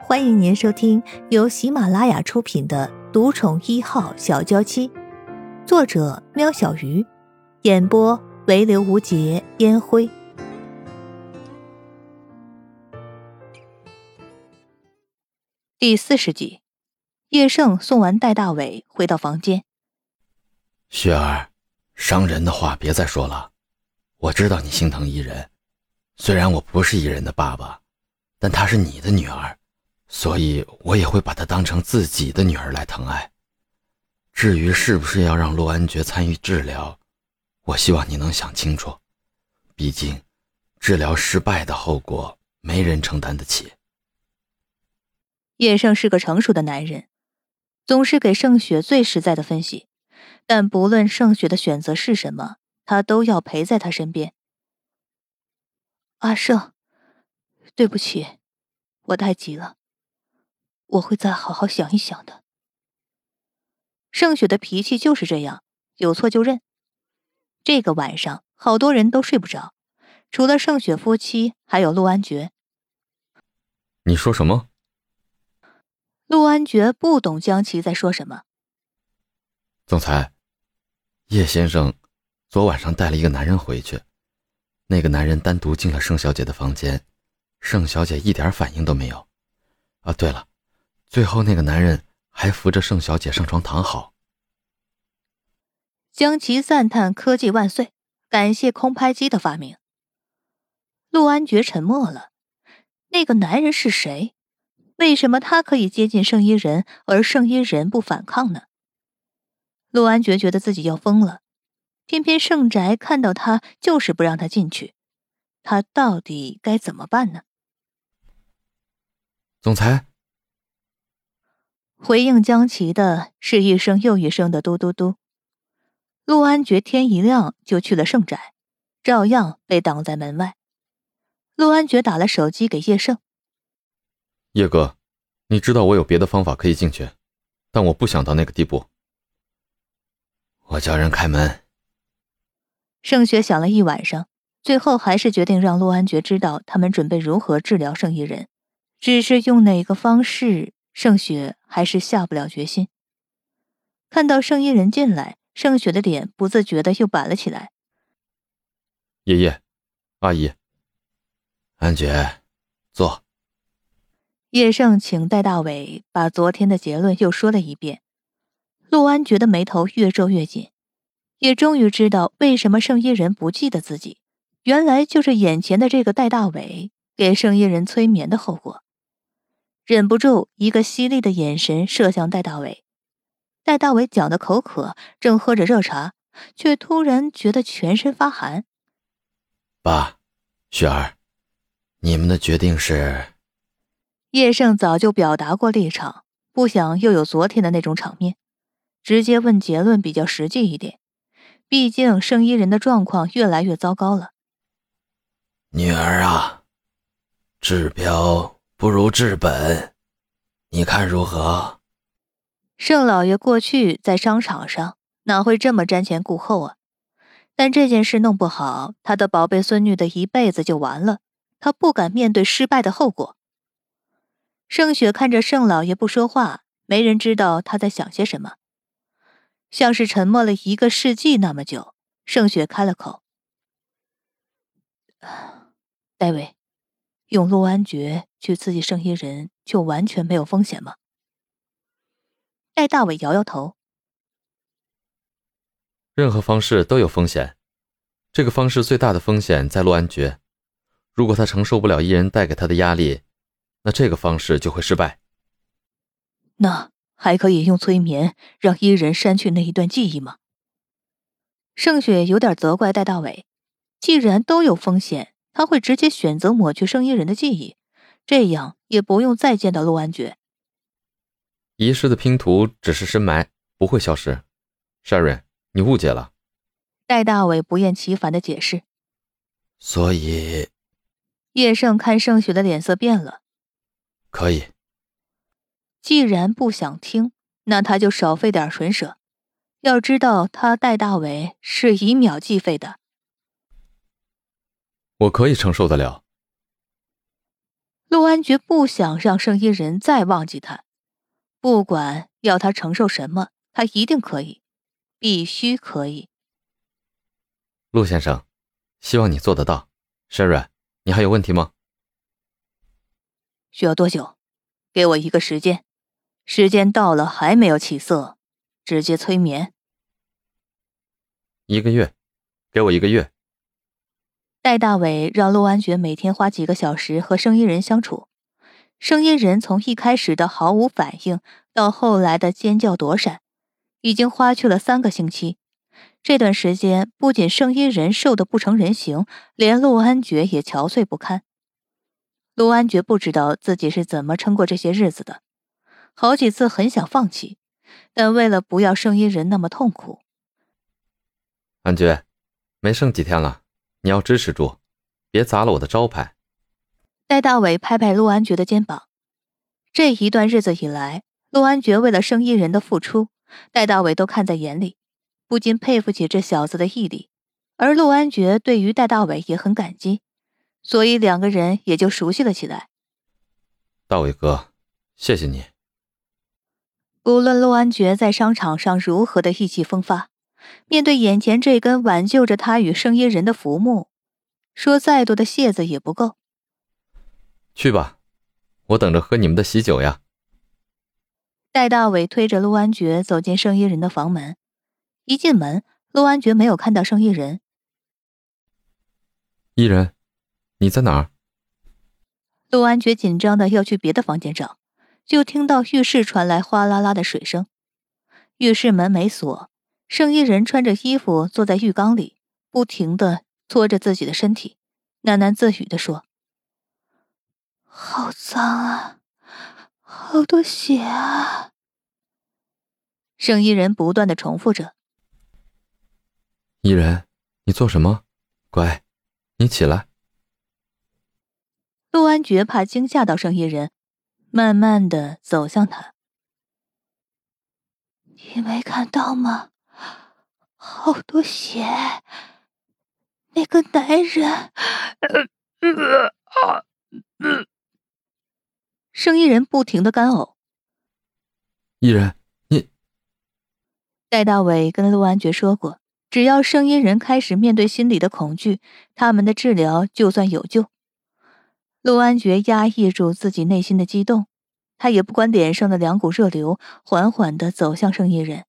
欢迎您收听由喜马拉雅出品的《独宠1号小娇妻》，作者喵小鱼，演播唯刘无节烟灰。第40集，叶盛送完戴大伟回到房间。 雪儿，伤人的话别再说了。我知道你心疼伊人，虽然我不是伊人的爸爸，但她是你的女儿，所以我也会把她当成自己的女儿来疼爱。至于是不是要让洛安觉参与治疗，我希望你能想清楚，毕竟治疗失败的后果没人承担得起。 叶盛是个成熟的男人，总是给盛雪最实在的分析，但不论盛雪的选择是什么，他都要陪在他身边。阿盛，对不起，我太急了，我会再好好想一想的。盛雪的脾气就是这样，有错就认。这个晚上好多人都睡不着，除了盛雪夫妻，还有陆安觉。 你说什么？ 陆安觉不懂江琪在说什么。 总裁，叶先生昨晚上带了一个男人回去，那个男人单独进了盛小姐的房间，盛小姐一点反应都没有。啊，对了，最后那个男人还扶着盛小姐上床躺好。 江琪赞叹科技万岁，感谢空拍机的发明。陆安觉沉默了。那个男人是谁？为什么他可以接近圣衣人，而圣衣人不反抗呢？陆安觉得自己要疯了，偏偏圣宅看到他就是不让他进去，他到底该怎么办呢？ 总裁， 回应江琪的是一声又一声的嘟嘟嘟。陆安觉天一亮就去了圣宅，照样被挡在门外。陆安觉打了手机给叶盛。 叶哥，你知道我有别的方法可以进去，但我不想到那个地步。我叫人开门。 盛雪想了一晚上，最后还是决定让陆安觉知道他们准备如何治疗圣衣人，只是用哪个方式，盛雪还是下不了决心。看到圣衣人进来，盛雪的脸不自觉地又板了起来。 爷爷，阿姨，安觉，坐。 叶盛请戴大伟把昨天的结论又说了一遍。陆安觉的眉头越皱越紧，也终于知道为什么圣衣人不记得自己，原来就是眼前的这个戴大伟给圣衣人催眠的后果。忍不住一个犀利的眼神射向戴大伟。戴大伟讲得口渴，正喝着热茶，却突然觉得全身发寒。 爸，雪儿，你们的决定是？ 叶盛早就表达过立场，不想又有昨天的那种场面，直接问结论比较实际一点，毕竟圣衣人的状况越来越糟糕了。 女儿啊，治标不如治本，你看如何？ 盛老爷过去在商场上哪会这么瞻前顾后啊？但这件事弄不好，他的宝贝孙女的一辈子就完了，他不敢面对失败的后果。盛雪看着盛老爷不说话，没人知道他在想些什么，像是沉默了1个世纪那么久。盛雪开了口：戴维，用陆安觉去刺激圣衣人就完全没有风险吗？戴大伟摇摇头。 任何方式都有风险，这个方式最大的风险在陆安觉，如果他承受不了伊人带给他的压力，那这个方式就会失败。 那还可以用催眠让伊人删去那一段记忆吗？盛雪有点责怪戴大伟，既然都有风险，他会直接选择抹去圣衣人的记忆，这样也不用再见到陆安觉。 遗失的拼图只是深埋，不会消失。Sharon， 你误解了。 戴大伟不厌其烦地解释。 所以叶盛看盛雪的脸色变了。 可以。 既然不想听，那他就少费点唇舌。要知道他戴大伟是以秒计费的。 我可以承受得了。 陆安觉不想让生意人再忘记他，不管要他承受什么，他一定可以，必须可以。 陆先生，希望你做得到。Sherry， 你还有问题吗？ 需要多久？给我一个时间，时间到了还没有起色，直接催眠。 1个月，给我1个月。 戴大伟让陆安觉每天花几个小时和生意人相处，生意人从一开始的毫无反应，到后来的尖叫躲闪，已经花去了3个星期。这段时间，不仅生意人瘦得不成人形，连陆安觉也憔悴不堪。陆安觉不知道自己是怎么撑过这些日子的，好几次很想放弃，但为了不要生意人那么痛苦。 安觉，没剩几天了，你要支持住，别砸了我的招牌。 戴大伟拍拍陆安觉的肩膀。这一段日子以来，陆安觉为了生意人的付出，戴大伟都看在眼里，不禁佩服起这小子的毅力。而陆安觉对于戴大伟也很感激，所以2个人也就熟悉了起来。 大伟哥，谢谢你。 不论陆安觉在商场上如何的意气风发，面对眼前这根挽救着他与生意人的浮木，说再多的谢字也不够。 去吧，我等着喝你们的喜酒呀。 戴大伟推着陆安觉走进生意人的房门，一进门，陆安觉没有看到生意人。 伊人，你在哪儿？ 陆安觉紧张的要去别的房间找，就听到浴室传来哗啦啦的水声。浴室门没锁，生意人穿着衣服坐在浴缸里，不停地搓着自己的身体，喃喃自语地说：好脏啊，好多血啊。生意人不断地重复着。 伊人，你做什么？乖，你起来。 陆安觉怕惊吓到生意人，慢慢地走向他。你没看到吗？好多血，那个男人。生意人不停地干呕。 伊人，你…… 戴大伟跟陆安觉说过，只要生意人开始面对心理的恐惧，他们的治疗就算有救。陆安觉压抑住自己内心的激动，他也不管脸上的2股热流，缓缓地走向生意人。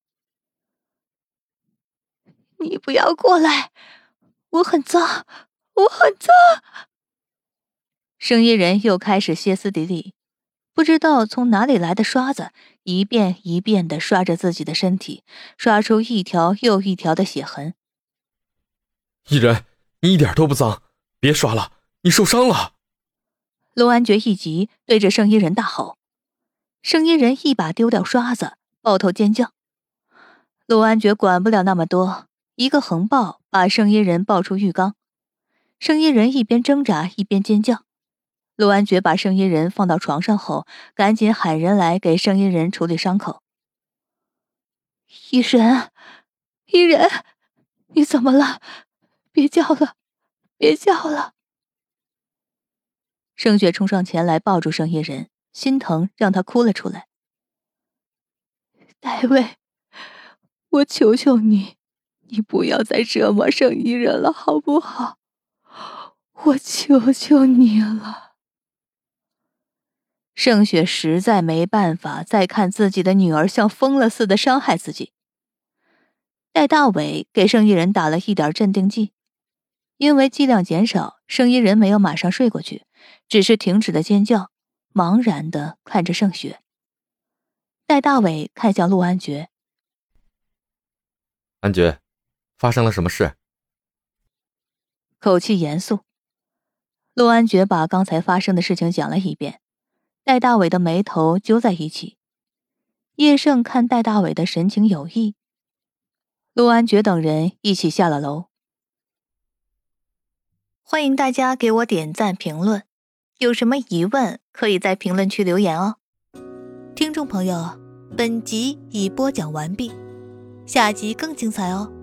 你不要过来，我很脏，我很脏。生意人又开始歇斯底里，不知道从哪里来的刷子，一遍一遍地刷着自己的身体，刷出一条又一条的血痕。 伊人，你一点都不脏，别刷了，你受伤了。 陆安觉一急，对着生意人大吼。生意人一把丢掉刷子，抱头尖叫。陆安觉管不了那么多，一个横抱把生意人抱出浴缸。生意人一边挣扎一边尖叫。陆安觉把生意人放到床上后，赶紧喊人来给生意人处理伤口。医人，医人，你怎么了？别叫了，别叫了。盛雪冲上前来抱住生意人，心疼让他哭了出来。戴维，我求求你，你不要再折磨生意人了，好不好？我求求你了。盛雪实在没办法再看自己的女儿像疯了似的伤害自己。戴大伟给生意人打了一点镇定剂，因为剂量减少，生意人没有马上睡过去，只是停止了尖叫，茫然地看着盛雪。戴大伟看向陆安觉。 安觉，发生了什么事？ 口气严肃。陆安觉把刚才发生的事情讲了一遍。戴大伟的眉头揪在一起。叶盛看戴大伟的神情有异。陆安觉等人一起下了楼。欢迎大家给我点赞评论，有什么疑问可以在评论区留言哦。听众朋友，本集已播讲完毕，下集更精彩哦。